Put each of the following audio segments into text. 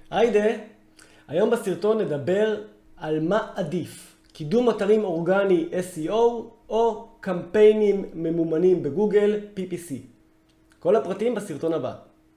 היידה, היום בסרטון נדבר על מה עדיף, קידום אתרים אורגני SEO או קמפיינים ממומנים בגוגל PPC. כל הפרטים בסרטון הבא.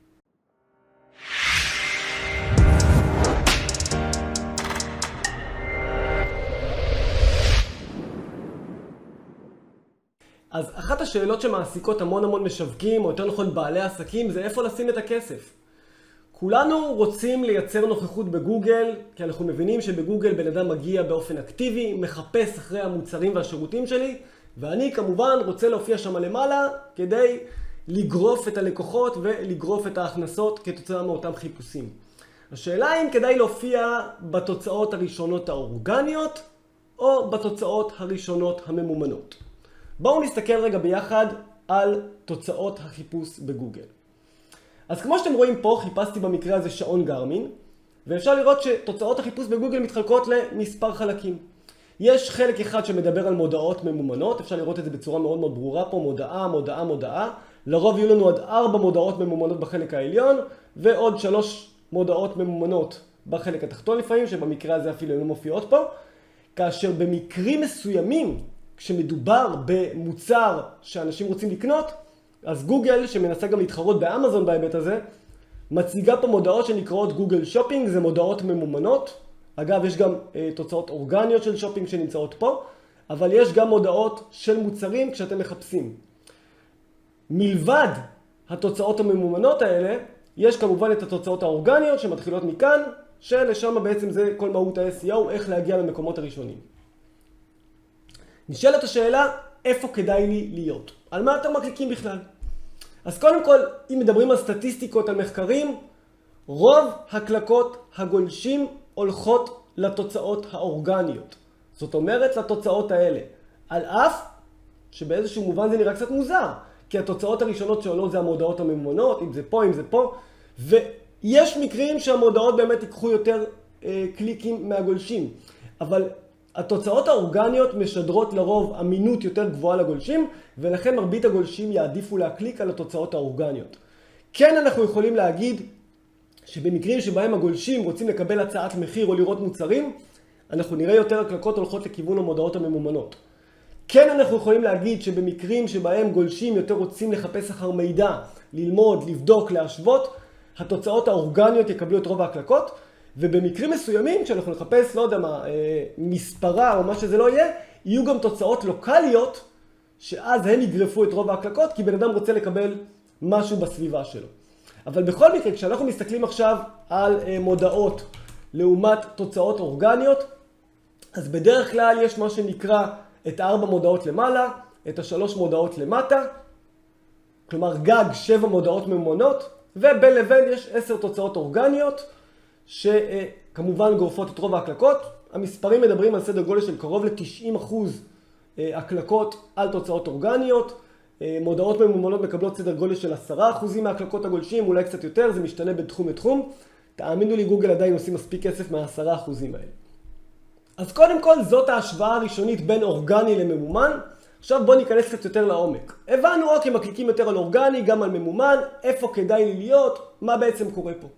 אז אחת השאלות שמעסיקות המון משווקים, או יותר נכון בעלי עסקים, זה איפה לשים את הכסף. כולנו רוצים לייצר נוכחות בגוגל, כי אנחנו מבינים שבגוגל בן אדם מגיע באופן אקטיבי, מחפש אחרי המוצרים והשירותים שלי, ואני כמובן רוצה להופיע שם למעלה כדי לגרוף את הלקוחות ולגרוף את ההכנסות כתוצאה מאותם חיפושים. השאלה אם כדאי להופיע בתוצאות הראשונות האורגניות או בתוצאות הראשונות הממומנות. בואו נסתכל רגע ביחד על תוצאות החיפוש בגוגל. אז כמו שאתם רואים פה, חיפשתי במקרה הזה שעון גרמין, ואפשר לראות שתוצאות החיפוש בגוגל מתחלקות למספר חלקים. יש חלק אחד שמדבר על מודעות ממומנות, אפשר לראות את זה בצורה מאוד ברורה פה, מודעה. לרוב יהיו לנו עד 4 מודעות ממומנות בחלק העליון, ועוד 3 מודעות ממומנות בחלק התחתון לפעמים, שבמקרה הזה אפילו לא מופיעות פה. כאשר במקרים מסוימים, כשמדובר במוצר שאנשים רוצים לקנות, אז גוגל, שמנסה גם להתחרות באמזון בהיבט הזה, מציגה פה מודעות שנקראות גוגל שופינג, זה מודעות ממומנות. אגב, יש גם תוצאות אורגניות של שופינג שנמצאות פה, אבל יש גם מודעות של מוצרים כשאתם מחפשים. מלבד התוצאות הממומנות האלה, יש כמובן את התוצאות האורגניות שמתחילות מכאן, שלשם בעצם זה כל מהות ה-SEO, איך להגיע למקומות הראשונים. נשאלת השאלה, איפה כדאי לי להיות? על מה אתם מקליקים בכלל? אז קודם כל, אם מדברים על סטטיסטיקות, על מחקרים, רוב הקלקות הגולשים הולכות לתוצאות האורגניות. זאת אומרת, לתוצאות האלה. על אף שבאיזשהו מובן זה נראה קצת מוזר, כי התוצאות הראשונות שעולות זה המודעות הממומנות, אם זה פה, ויש מקרים שהמודעות באמת ייקחו יותר קליקים מהגולשים. אבל התוצאות האורגניות משדרות לרוב אמינות יותר גבוהה לגולשים, ולכן מרבית הגולשים יעדיפו להקליק על התוצאות האורגניות. כן, אנחנו יכולים להגיד שבמקרים שבהם הגולשים רוצים לקבל הצעת מחיר או לראות מוצרים, אנחנו נראה יותר הקלקות הולכות לכיוון המודעות הממומנות. כן, אנחנו יכולים להגיד שבמקרים שבהם גולשים יותר רוצים לחפש אחר מידע, ללמוד, לבדוק, להשוות, התוצאות האורגניות יקבלו את רוב ההקלקות, ובמקרים מסוימים, כשאנחנו נחפש, לא יודע מה, מספרה או מה שזה לא יהיה, יהיו גם תוצאות לוקליות, שאז הם יגרפו את רוב ההקלקות, כי בן אדם רוצה לקבל משהו בסביבה שלו. אבל בכל מקרה, כשאנחנו מסתכלים עכשיו על מודעות לעומת תוצאות אורגניות, אז בדרך כלל יש מה שנקרא את 4 מודעות למעלה, את 3 מודעות למטה, כלומר גג 7 מודעות ממומנות, ובין לבין יש 10 תוצאות אורגניות, שכמובן גורפות את רוב ההקלקות. המספרים מדברים על סדר גודל של קרוב ל-90% הקלקות על תוצאות אורגניות. מודעות ממומנות מקבלות סדר גודל של 10% מההקלקות הגולשים, אולי קצת יותר, זה משתנה בין תחום לתחום. תאמינו לי, גוגל עדיין עושים מספיק כסף מה-10% האלה. אז קודם כל, זאת ההשוואה הראשונית בין אורגני לממומן. עכשיו בואו ניכנס קצת יותר לעומק. הבנו רק אם מקליקים יותר על אורגני, גם על ממומן, איפה כדאי לי להיות, מה בעצם קורה פה.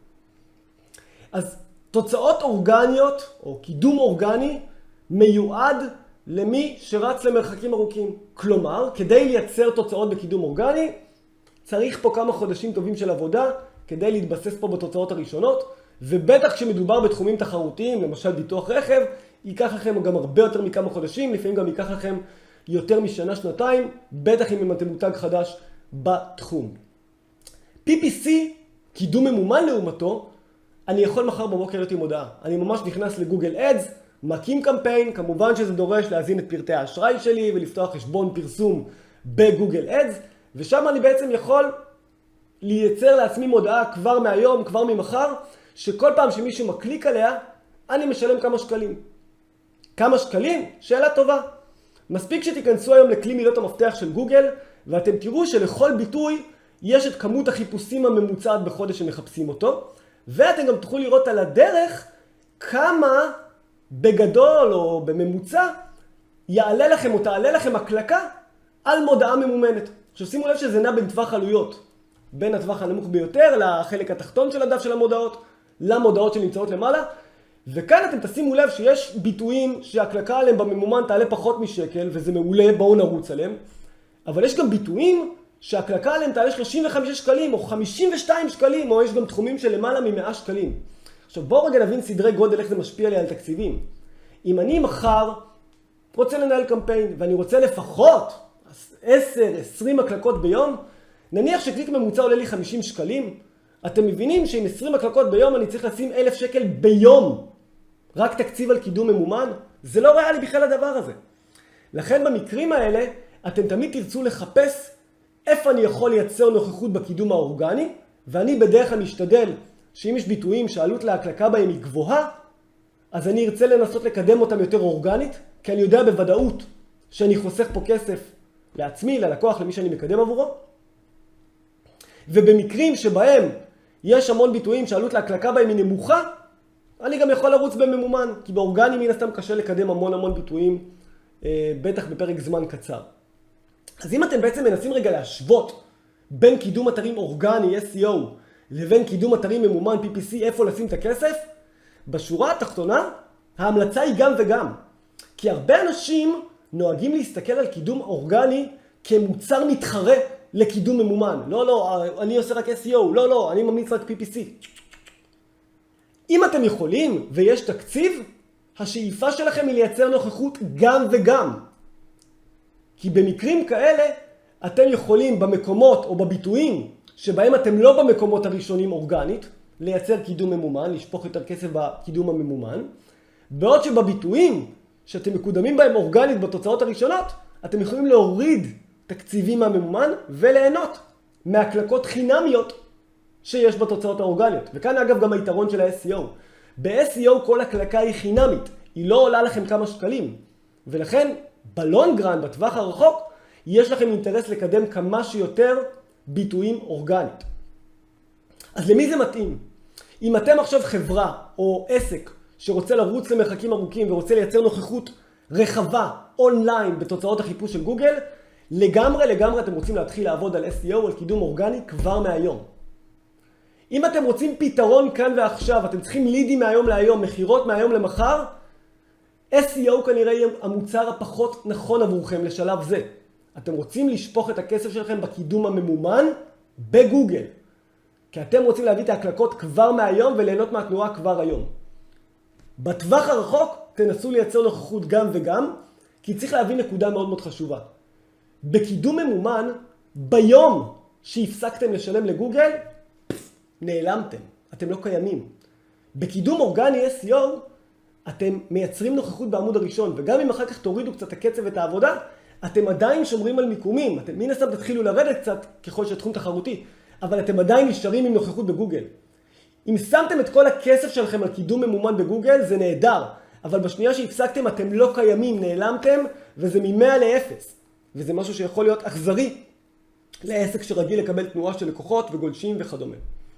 אז תוצאות אורגניות, או קידום אורגני, מיועד למי שרץ למרחקים ארוכים. כלומר, כדי לייצר תוצאות בקידום אורגני, צריך פה כמה חודשים טובים של עבודה, כדי להתבסס פה בתוצאות הראשונות, ובטח כשמדובר בתחומים תחרותיים, למשל ביטוח רכב, ייקח לכם גם הרבה יותר מכמה חודשים, לפעמים גם ייקח לכם יותר משנה, שנתיים, בטח אם אתם מותג חדש בתחום. PPC, קידום ממומן לעומתו, אני יכול מחר בבוקר להיות עם הודעה. אני ממש נכנס לגוגל אדס, מקים קמפיין, כמובן שזה דורש להזין את פרטי האשראי שלי ולפתוח חשבון פרסום בגוגל אדס, ושם אני בעצם יכול לייצר לעצמי מודעה כבר מהיום, כבר ממחר, שכל פעם שמישהו מקליק עליה, אני משלם כמה שקלים. כמה שקלים? שאלה טובה. מספיק שתיכנסו היום לכלי מילות המפתח של גוגל, ואתם תראו שלכל ביטוי יש את כמות החיפושים הממוצעת בחודש שמחפשים אותו, ואתם גם תוכלו לראות על הדרך כמה בגדול או בממוצע יעלה לכם או תעלה לכם הקלקה על מודעה ממומנת. עכשיו שימו לב שזה נע בין טווח עלויות, בין הטווח הנמוך ביותר לחלק התחתון של הדף של המודעות, למודעות שנמצאות למעלה. וכאן אתם תשימו לב שיש ביטויים שההקלקה עליהם בממומן תעלה פחות משקל, וזה מעולה, בואו נרוץ עליהם. אבל יש גם ביטויים שההקלקה עליהם תעלה 35 שקלים או 52 שקלים, או יש גם תחומים של למעלה מ100 שקלים. עכשיו בואו רגע נבין סדרי גודל איך זה משפיע לי על תקציבים. אם אני מחר רוצה לנהל קמפיין ואני רוצה לפחות 10-20 הקלקות ביום, נניח שקליק ממוצע עולה לי 50 שקלים, אתם מבינים שעם 20 הקלקות ביום אני צריך לשים 1,000 שקל ביום. רק תקציב על קידום ממומן? זה לא ריאלי בכלל הדבר הזה. לכן במקרים האלה אתם תמיד תרצו לחפש איפה אני יכול לייצר נוכחות בקידום האורגני, ואני בדרך כלל משתדל שאם יש ביטויים שהעלות להקלקה בהם היא גבוהה, אז אני ארצה לנסות לקדם אותם יותר אורגנית, כי אני יודע בוודאות שאני חוסך פה כסף לעצמי, ללקוח, למי שאני מקדם עבורו. ובמקרים שבהם יש המון ביטויים שהעלות להקלקה בהם היא נמוכה, אני גם יכול לרוץ בממומן, כי באורגני מן הסתם קשה לקדם המון ביטויים, בטח בפרק זמן קצר. אז אם אתם בעצם מנסים רגע להשוות בין קידום אתרים אורגני, SEO, לבין קידום אתרים ממומן, PPC, איפה לשים את הכסף, בשורה התחתונה, ההמלצה היא גם וגם. כי הרבה אנשים נוהגים להסתכל על קידום אורגני כמוצר מתחרה לקידום ממומן. לא, אני עושה רק SEO, לא, אני ממליץ רק PPC. אם אתם יכולים ויש תקציב, השאיפה שלכם היא לייצר נוכחות גם וגם. כי במקרים כאלה אתם יכולים במקומות או בביטויים שבהם אתם לא במקומות הראשונים אורגנית, לייצר קידום ממומן, לשפוך יותר כסף בקידום הממומן, בעוד שבביטויים שאתם מקודמים בהם אורגנית בתוצאות הראשונות, אתם יכולים להוריד תקציבים מהממומן וליהנות מהקלקות חינמיות שיש בתוצאות האורגניות. וכאן אגב גם היתרון של ה-SEO. ב-SEO כל הקלקה היא חינמית, היא לא עולה לכם כמה שקלים. ולכן בלונגרן, בטווח הרחוק, יש לכם אינטרס לקדם כמה שיותר ביטויים אורגנית. אז למי זה מתאים? אם אתם עכשיו חברה או עסק שרוצה לרוץ למרחקים ארוכים ורוצה לייצר נוכחות רחבה אונליין בתוצאות החיפוש של גוגל, לגמרי אתם רוצים להתחיל לעבוד על SEO, על קידום אורגני כבר מהיום. אם אתם רוצים פתרון כאן ועכשיו, אתם צריכים לידים מהיום להיום, מחירות מהיום למחר, SEO כנראה יהיה המוצר הפחות נכון עבורכם לשלב זה. אתם רוצים לשפוך את הכסף שלכם בקידום הממומן בגוגל. כי אתם רוצים להביא את ההקלקות כבר מהיום וליהנות מהתנועה כבר היום. בטווח הרחוק תנסו לייצר נוכחות גם וגם, כי צריך להבין נקודה מאוד חשובה. בקידום ממומן, ביום שהפסקתם לשלם לגוגל, נעלמתם. אתם לא קיימים. בקידום אורגני SEO, אתם מייצרים נוכחות בעמוד הראשון, וגם אם אחר כך תורידו קצת הקצב ואת העבודה, אתם עדיין שומרים על מיקומים. אתם מן הסתם תתחילו לרדת קצת ככל שהתחום תחרותי, אבל אתם עדיין נשארים עם נוכחות בגוגל. אם שמתם את כל הכסף שלכם על קידום ממומן בגוגל, זה נהדר. אבל בשנייה שהפסקתם, אתם לא קיימים, נעלמתם, וזה מ-100 ל-0. וזה משהו שיכול להיות אכזרי לעסק שרגיל לקבל תנועה של לקוחות וגולשים וכדומה.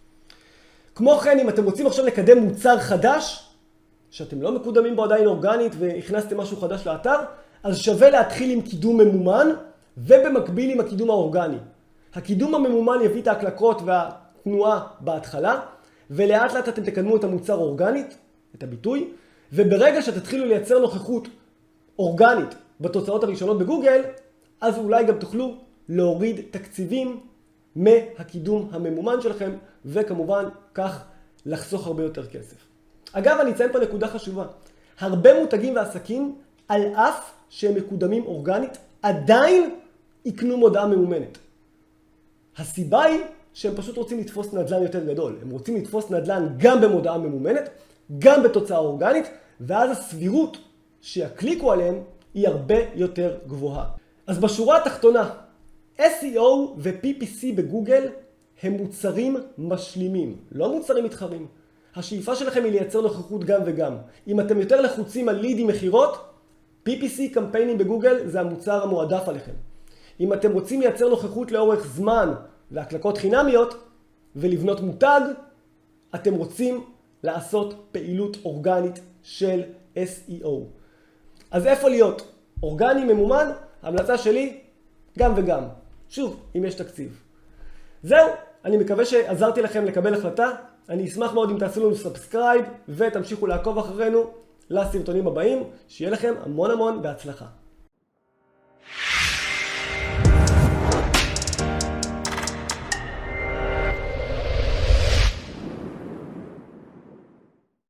כמו כן, אם אתם רוצים עכשיו לקדם מוצר חדש, שאתם לא מקודמים בו עדיין אורגנית והכנסתם משהו חדש לאתר, אז שווה להתחיל עם קידום ממומן, ובמקביל עם הקידום האורגני. הקידום הממומן יביא את ההקלקות והתנועה בהתחלה, ולאט לאט אתם תקדמו את המוצר אורגנית, את הביטוי, וברגע שתתחילו לייצר נוכחות אורגנית בתוצאות הראשונות בגוגל, אז אולי גם תוכלו להוריד תקציבים מהקידום הממומן שלכם, וכמובן כך לחסוך הרבה יותר כסף. אגב, אני אציין פה נקודה חשובה. הרבה מותגים ועסקים, על אף שהם מקודמים אורגנית, עדיין יקנו מודעה ממומנת. הסיבה היא שהם פשוט רוצים לתפוס נדל"ן יותר גדול. הם רוצים לתפוס נדל"ן גם במודעה ממומנת, גם בתוצאה אורגנית, ואז הסבירות שיקליקו עליהם היא הרבה יותר גבוהה. אז בשורה התחתונה, SEO ו-PPC בגוגל הם מוצרים משלימים, לא מוצרים מתחרים. השאיפה שלכם היא לייצר נוכחות גם וגם. אם אתם יותר לחוצים על לידים מחירות, PPC קמפיינים בגוגל זה המוצר המועדף עליכם. אם אתם רוצים לייצר נוכחות לאורך זמן והקלקות חינמיות ולבנות מותג, אתם רוצים לעשות פעילות אורגנית של SEO. אז איפה להיות? אורגני, ממומן? ההמלצה שלי, גם וגם. שוב, אם יש תקציב. זהו, אני מקווה שעזרתי לכם לקבל החלטה אני אשמח מאוד אם תעשו לנו סאבסקרייב ותמשיכו לעקוב אחרינו לסרטונים הבאים. שיהיה לכם המון המון בהצלחה.